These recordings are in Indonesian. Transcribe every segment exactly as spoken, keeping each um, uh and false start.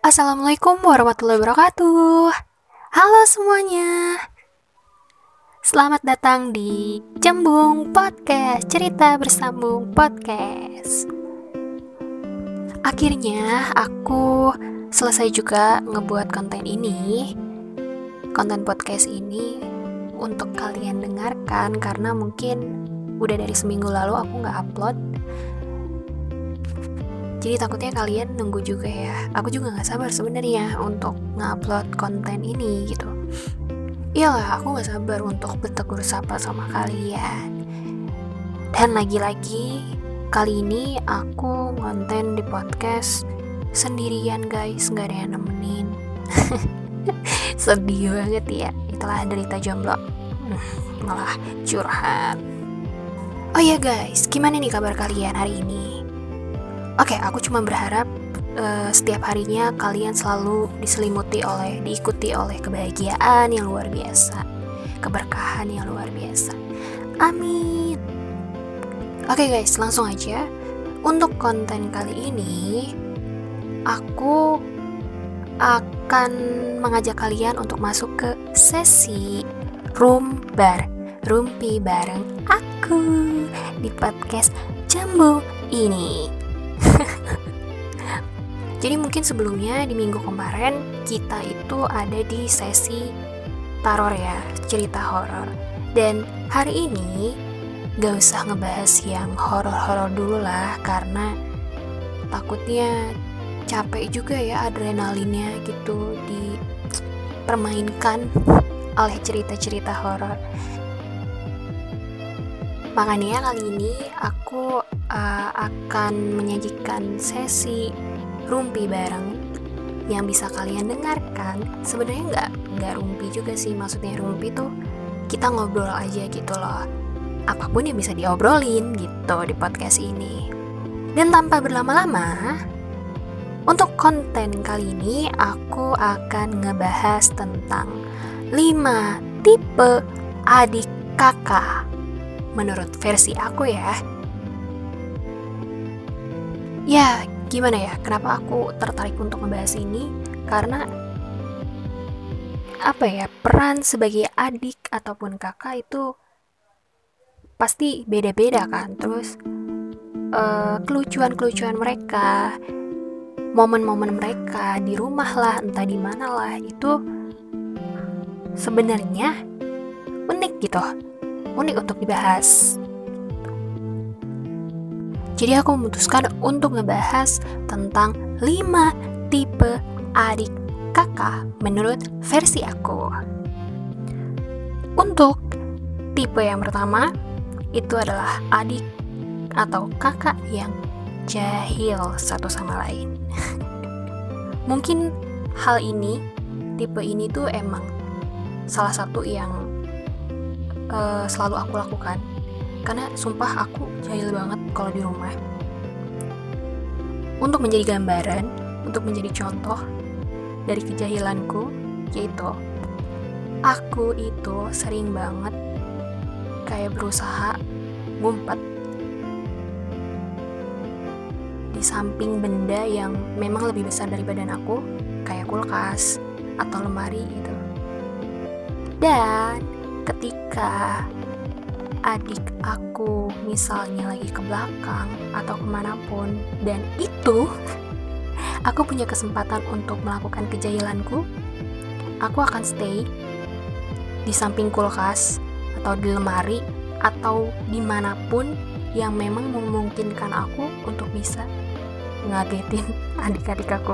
Assalamualaikum warahmatullahi wabarakatuh. Halo semuanya. Selamat datang di Cembung Podcast, Cerita Bersambung Podcast. Akhirnya aku selesai juga ngebuat konten ini. Konten podcast ini untuk kalian dengarkan karena mungkin udah dari seminggu lalu aku gak upload. Jadi takutnya kalian nunggu juga ya. Aku juga gak sabar sebenarnya untuk nge-upload konten ini gitu. Iyalah, aku gak sabar untuk bertegur sapa sama kalian. Dan lagi-lagi, kali ini aku konten di podcast sendirian guys, gak ada yang nemenin. Sedih banget ya. Itulah derita jomblo. Malah curhat. Oh ya guys, gimana nih kabar kalian hari ini? Oke, okay, aku cuma berharap uh, setiap harinya kalian selalu diselimuti oleh, diikuti oleh kebahagiaan yang luar biasa, keberkahan yang luar biasa. Amin. Oke okay guys, langsung aja. Untuk konten kali ini, aku akan mengajak kalian untuk masuk ke sesi room bar, rumpi bareng aku di podcast Cembung ini. Jadi mungkin sebelumnya di minggu kemarin kita itu ada di sesi teror ya, cerita horor. Dan hari ini gak usah ngebahas yang horor-horor dulu lah, karena takutnya capek juga ya adrenalinnya gitu dipermainkan oleh cerita-cerita horor. Makanya kali ini aku uh, akan menyajikan sesi rumpi bareng yang bisa kalian dengarkan. Sebenarnya nggak nggak rumpi juga sih, maksudnya rumpi tuh kita ngobrol aja gitu loh, apapun yang bisa diobrolin gitu di podcast ini. Dan tanpa berlama-lama, untuk konten kali ini aku akan ngebahas tentang lima tipe adik kakak menurut versi aku ya. Ya, gimana ya, kenapa aku tertarik untuk membahas ini? Karena apa ya, peran sebagai adik ataupun kakak itu pasti beda-beda kan. Terus uh, kelucuan-kelucuan mereka, momen-momen mereka di rumah lah, entah di mana lah, itu sebenarnya unik gitu, unik untuk dibahas. Jadi aku memutuskan untuk ngebahas tentang lima tipe adik kakak menurut versi aku. Untuk tipe yang pertama, itu adalah adik atau kakak yang jahil satu sama lain. Mungkin hal ini, tipe ini tuh emang salah satu yang uh, selalu aku lakukan. Karena sumpah aku jahil banget kalau di rumah. Untuk menjadi gambaran, untuk menjadi contoh dari kejahilanku, yaitu aku itu sering banget kayak berusaha ngumpet di samping benda yang memang lebih besar dari badan aku, kayak kulkas atau lemari gitu. Dan ketika adik aku misalnya lagi ke belakang atau kemanapun, dan itu aku punya kesempatan untuk melakukan kejahilanku, aku akan stay di samping kulkas atau di lemari atau dimanapun yang memang memungkinkan aku untuk bisa ngagetin adik-adik aku.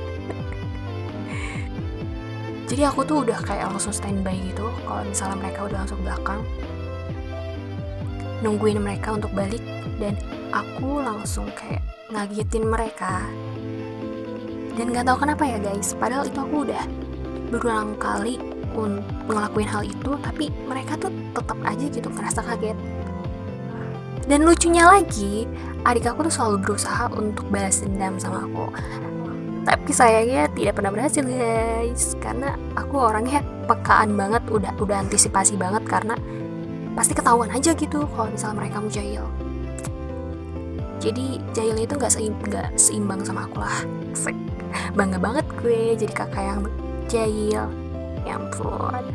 Jadi aku tuh udah kayak langsung standby gitu kalau misalnya mereka udah langsung belakang, nungguin mereka untuk balik, dan aku langsung kayak ngagetin mereka. Dan gak tahu kenapa ya guys, padahal itu aku udah berulang kali un- ngelakuin hal itu, tapi mereka tuh tetap aja gitu ngerasa kaget. Dan lucunya lagi, adik aku tuh selalu berusaha untuk balas dendam sama aku, tapi sayangnya tidak pernah berhasil guys, karena aku orangnya pekaan banget, udah udah antisipasi banget, karena pasti ketahuan aja gitu kalau misalnya mereka mau jahil. Jadi jahilnya itu gak, seim- gak seimbang sama aku lah. bangga banget gue jadi kakak yang jahil. Ya ampun.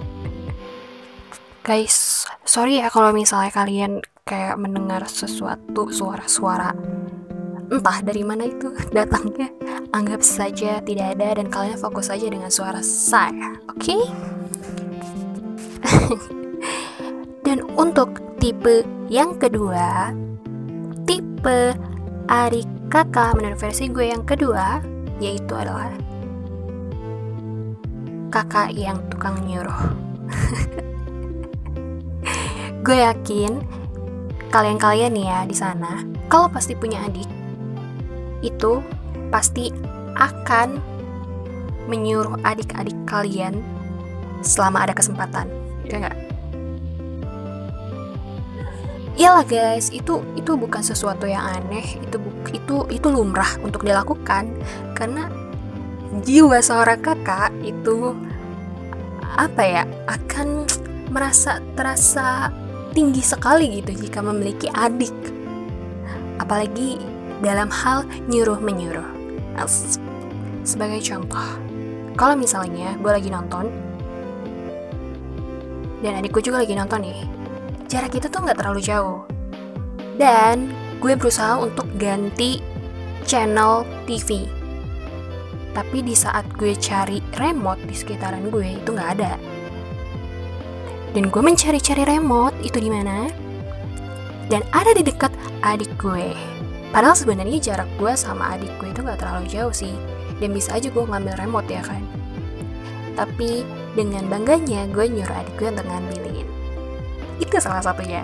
Guys, sorry ya kalau misalnya kalian kayak mendengar sesuatu suara-suara entah dari mana itu datangnya. Anggap saja tidak ada dan kalian fokus saja dengan suara saya, oke? Okay? Dan untuk tipe yang kedua, tipe adik kakak menurut versi gue yang kedua, yaitu adalah kakak yang tukang nyuruh. Gue yakin kalian-kalian nih ya di sana, kalau pasti punya adik, itu pasti akan menyuruh adik-adik kalian selama ada kesempatan, ya nggak? Iyalah guys, itu itu bukan sesuatu yang aneh, itu itu itu lumrah untuk dilakukan karena jiwa seorang kakak itu apa ya akan merasa terasa tinggi sekali gitu jika memiliki adik, apalagi dalam hal nyuruh-menyuruh. Sebagai contoh, kalau misalnya gue lagi nonton dan adikku juga lagi nonton nih, jarak kita tuh nggak terlalu jauh, dan gue berusaha untuk ganti channel T V, tapi di saat gue cari remote di sekitaran gue itu nggak ada. Dan gue mencari-cari remote itu di mana? Dan ada di dekat adik gue. Padahal sebenarnya jarak gue sama adik gue itu nggak terlalu jauh sih, dan bisa aja gue ngambil remote ya kan. Tapi dengan bangganya gue nyuruh adik gue untuk ngambilin. Itu salah satunya.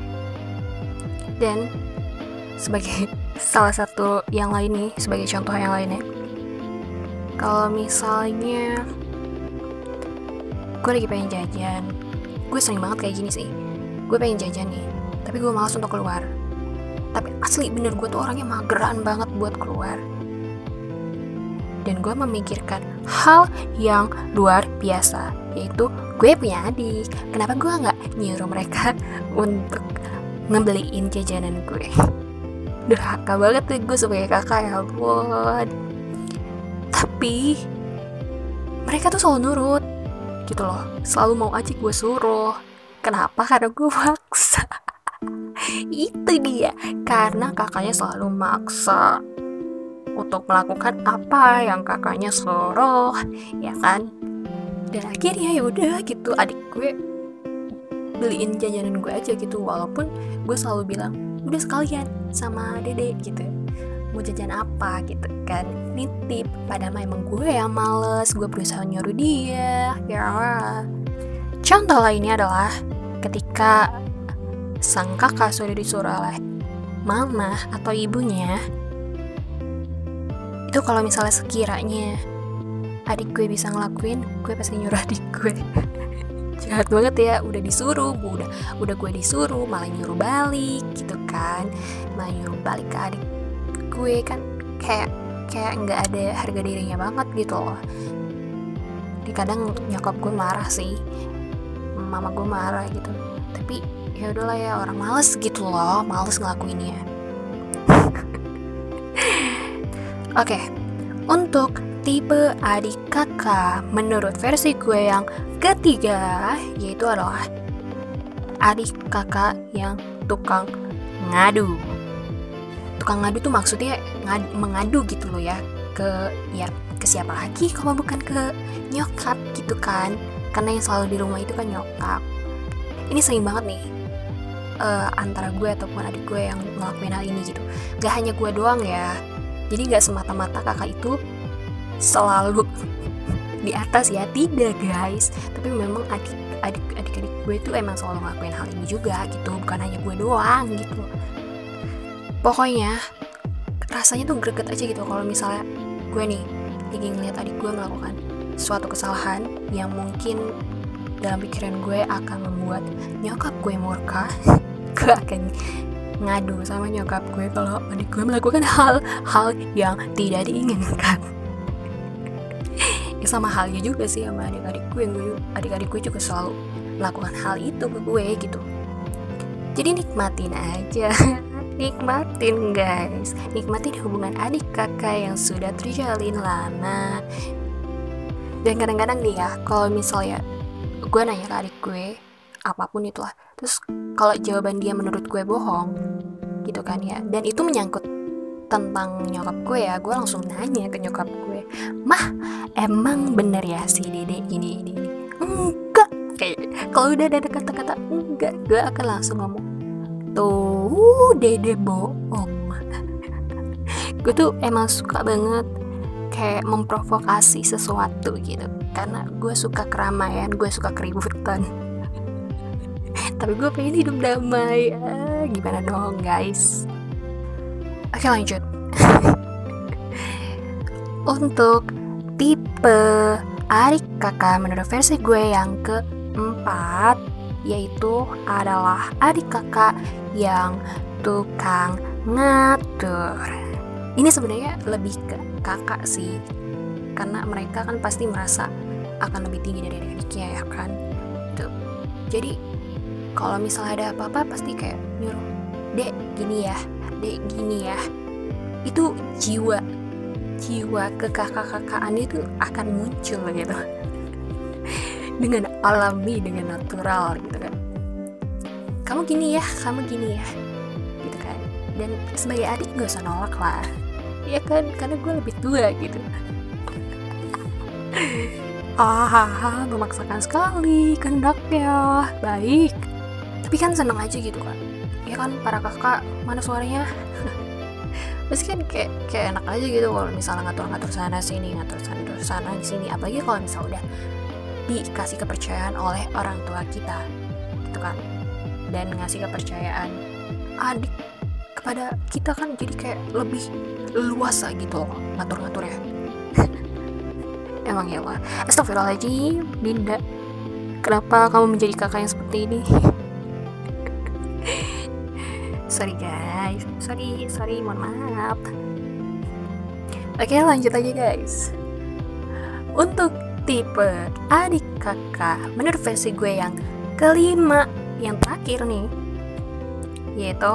Dan sebagai salah satu yang lain nih, sebagai contoh yang lainnya, kalau misalnya gue lagi pengen jajan, gue sering banget kayak gini sih. Gue pengen jajan nih, tapi gue malas untuk keluar. Tapi asli bener, gue tuh orangnya mageran banget buat keluar. Dan gue memikirkan hal yang luar biasa, yaitu gue punya adik. Kenapa gue gak nyuruh mereka untuk ngebeliin jajanan gue? Durhaka banget tuh gue sebagai kakak, ya ampun. Tapi mereka tuh selalu nurut gitu loh, selalu mau aja gue suruh. Kenapa? Karena gue maksa. Itu dia, karena kakaknya selalu maksa untuk melakukan apa yang kakaknya suruh, ya kan? Dan akhirnya ya udah gitu, adik gue beliin jajanan gue aja gitu, walaupun gue selalu bilang udah sekalian sama dede gitu, mau jajan apa gitu kan, nitip. Padahal emang gue yang males, gue berusaha nyuruh dia ya. Contoh lainnya adalah ketika sang kakak sudah disuruh oleh mama atau ibunya, itu kalau misalnya sekiranya adik gue bisa ngelakuin, gue pasti nyuruh adik gue. Jahat banget ya, udah disuruh, gue udah udah gue disuruh malah nyuruh balik gitu kan, malah nyuruh balik ke adik gue kan, kayak kayak nggak ada harga dirinya banget gitu loh. Di kadang nyokap gue marah sih, mama gue marah gitu, tapi ya udahlah ya, orang males gitu loh, males ngelakuinnya. Oke, okay. Untuk tipe adik kakak menurut versi gue yang ketiga, yaitu adalah adik kakak yang tukang ngadu. Tukang ngadu tuh maksudnya ngadu, mengadu gitu loh ya, ke ya ke siapa lagi kalau bukan ke nyokap gitu kan, karena yang selalu di rumah itu kan nyokap. Ini sering banget nih uh, antara gue ataupun adik gue yang ngelakuin hal ini gitu. Gak hanya gue doang ya, jadi gak semata-mata kakak itu selalu di atas ya, tidak guys. Tapi memang adik adik adik adik gue itu emang selalu ngelakuin hal ini juga gitu, bukan hanya gue doang gitu. Pokoknya rasanya tuh greget aja gitu kalau misalnya gue nih lagi ngeliat adik gue melakukan suatu kesalahan yang mungkin dalam pikiran gue akan membuat nyokap gue murka. Gue akan ngadu sama nyokap gue kalau adik gue melakukan hal-hal yang tidak diinginkan. Ya sama halnya juga sih sama adik-adik gue, gue adik-adik gue juga selalu melakukan hal itu ke gue gitu. Jadi nikmatin aja, nikmatin guys, nikmatin hubungan adik kakak yang sudah terjalin lama. Dan kadang-kadang nih ya, kalau misalnya gue nanya ke adik gue apapun itulah, terus kalau jawaban dia menurut gue bohong gitu kan ya, dan itu menyangkut tentang nyokap gue ya, gue langsung nanya ke nyokap gue, mah emang bener ya si dede gini ini ini? Enggak, kayak kalau udah ada kata-kata enggak, gue akan langsung ngomong tuh dede bohong. Gue tuh emang suka banget kayak memprovokasi sesuatu gitu, karena gue suka keramaian, gue suka keributan. Tapi gue pengen hidup damai. Ah, gimana dong guys? Oke lanjut. Untuk tipe adik kakak menurut versi gue yang keempat, yaitu adalah adik kakak yang tukang ngatur. Ini sebenarnya lebih ke kakak sih, karena mereka kan pasti merasa akan lebih tinggi dari adik-adiknya ya kan. Tuh. Jadi kalau misalnya ada apa-apa pasti kayak nyuruh, dek gini ya, dek gini ya. Itu jiwa jiwa kekakak-kakakan itu akan muncul gitu dengan alami, dengan natural gitu kan. Kamu gini ya, kamu gini ya gitu kan. Dan sebagai adik gak usah nolak lah ya kan, karena gue lebih tua gitu. Ah, memaksakan sekali kehendaknya baik, tapi kan seneng aja gitu kan ya kan. Para kakak mana suaranya pasti kan kayak kayak enak aja gitu kalau misalnya ngatur-ngatur sana sini, ngatur sana sana sini, apalagi kalau misalnya udah dikasih kepercayaan oleh orang tua kita gitu kan, dan ngasih kepercayaan adik kepada kita kan, jadi kayak lebih luasa gitu loh ngatur-ngaturnya. Emang ya Allah, astagfirullahaladzim Dinda, kenapa kamu menjadi kakak yang seperti ini? Sorry guys, sorry, sorry, mohon maaf. Oke lanjut aja guys. Untuk tipe adik kakak menurut versi gue yang kelima, yang terakhir nih, yaitu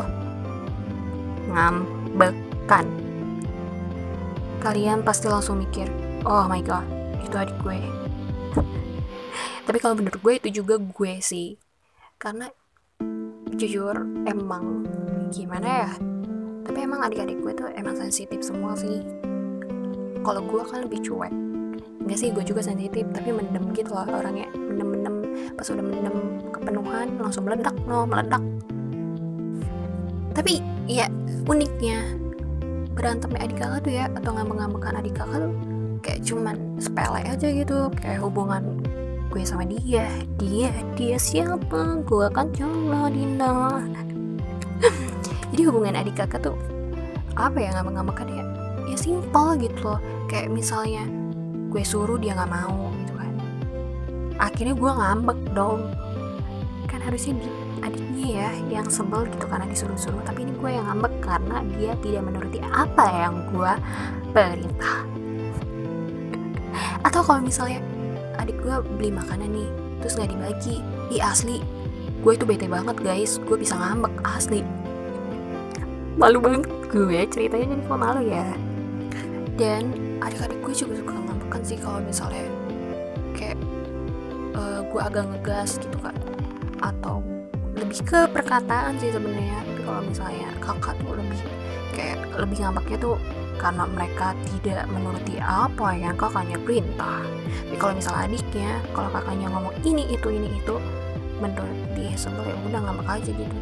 ngambekan. Kalian pasti langsung mikir, oh my god, itu adik gue. Tapi kalau menurut gue itu juga gue sih, karena jujur emang gimana ya, tapi emang adik-adik gue tuh emang sensitif semua sih. Kalau gue kan lebih cuek, enggak sih, gue juga sensitif tapi mendem gitu loh orangnya, mendem-mendem. Pas udah mendem kepenuhan langsung meledak, no meledak. Tapi ya uniknya berantemnya adik kakak tuh ya, atau ngambek-ngambekan adik kakak tuh kayak cuman sepele aja gitu, kayak hubungan gue sama dia, dia, dia siapa? Gue kan jomblo Dinda. Jadi hubungan adik kakak tuh apa ya, ngambek-ngambekan ya, ya simpel gitu loh. Kayak misalnya gue suruh dia nggak mau gitu kan, akhirnya gue ngambek dong. Kan harusnya di, adiknya ya yang sebel gitu karena disuruh-suruh, tapi ini gue yang ngambek karena dia tidak menuruti apa yang gue perintah. Atau kalau misalnya adik gue beli makanan nih terus nggak dibagi, ih asli gue itu bete banget guys, gue bisa ngambek asli. Malu banget gue ceritanya, jadi gue malu ya. Dan adik-adik gue juga suka ngambekan sih kalau misalnya kayak uh, gue agak ngegas gitu kan, atau lebih ke perkataan sih sebenarnya. Tapi kalau misalnya kakak tuh lebih kayak lebih ngambeknya tuh karena mereka tidak menuruti apa yang kakaknya perintah. Tapi kalau misalnya adiknya, kalau kakaknya ngomong ini itu ini itu, menurut dia sebel ya udah ngambek aja gitu.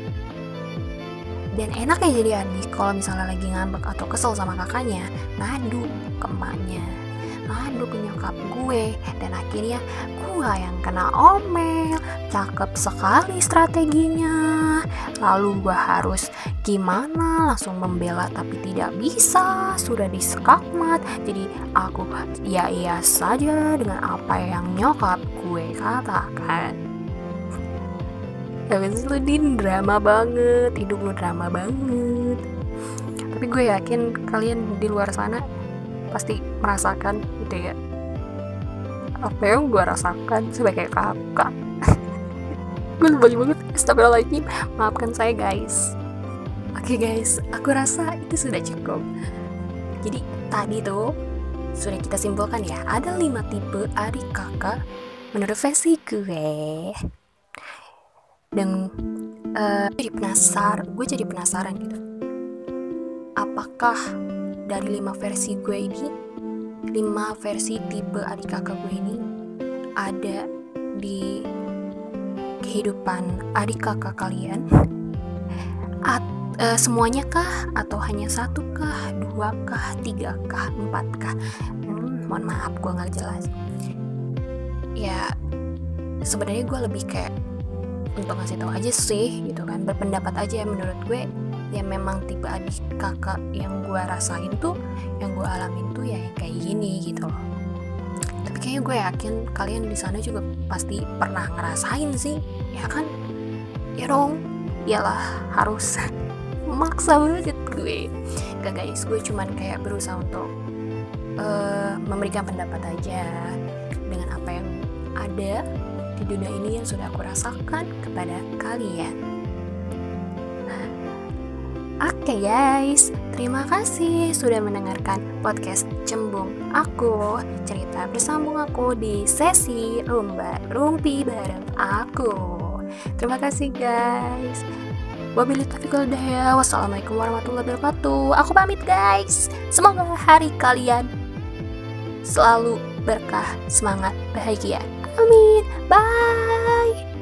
Dan enak ya jadi adik kalau misalnya lagi ngambek atau kesel sama kakaknya, ngadu ke emaknya, ngadu ke nyokap gue, dan akhirnya gue yang kena omel. Cakep sekali strateginya. Lalu gue harus gimana, langsung membela tapi tidak bisa, sudah disekakmat. Jadi aku ya iya saja dengan apa yang nyokap gue katakan. Habis itu Din, drama banget, hidup lu drama banget. Tapi gue yakin kalian di luar sana pasti merasakan gitu ya, apa yang gue rasakan sebagai kakak. Gue lebay banget, astagfirullahaladzim, maafkan saya guys. Oke guys, aku rasa itu sudah cukup. Jadi tadi tuh sudah kita simpulkan ya, ada lima tipe adik kakak menurut versi gue. Dan uh, jadi penasar, gue jadi penasaran gitu. Apakah dari lima versi gue ini, lima versi tipe adik kakak gue ini ada di kehidupan adik kakak kalian? At, uh, semuanya kah? Atau hanya satu kah? Dua kah? Tiga kah? Empat kah? Hmm, mohon maaf gue gak jelas. Ya sebenarnya gue lebih kayak untuk ngasih tahu aja sih gitu kan, berpendapat aja. Menurut gue ya memang tipe adik kakak yang gue rasain tuh, yang gue alamin tuh ya yang kayak gini gitu loh. Tapi kayaknya gue yakin kalian di sana juga pasti pernah ngerasain sih, ya kan? Ya dong, iyalah harus maksa banget gue. Gak guys, gue cuman kayak berusaha untuk uh, memberikan pendapat aja dengan apa yang ada di dunia ini yang sudah aku rasakan kepada kalian. Oke okay guys, terima kasih sudah mendengarkan podcast Cembung aku, cerita bersambung aku di sesi rumba rumpi bareng aku. Terima kasih guys. Wabillahi taufiq wal hidayah. Wassalamualaikum warahmatullahi wabarakatuh. Aku pamit guys. Semoga hari kalian selalu berkah, semangat, bahagia. Amin. Bye.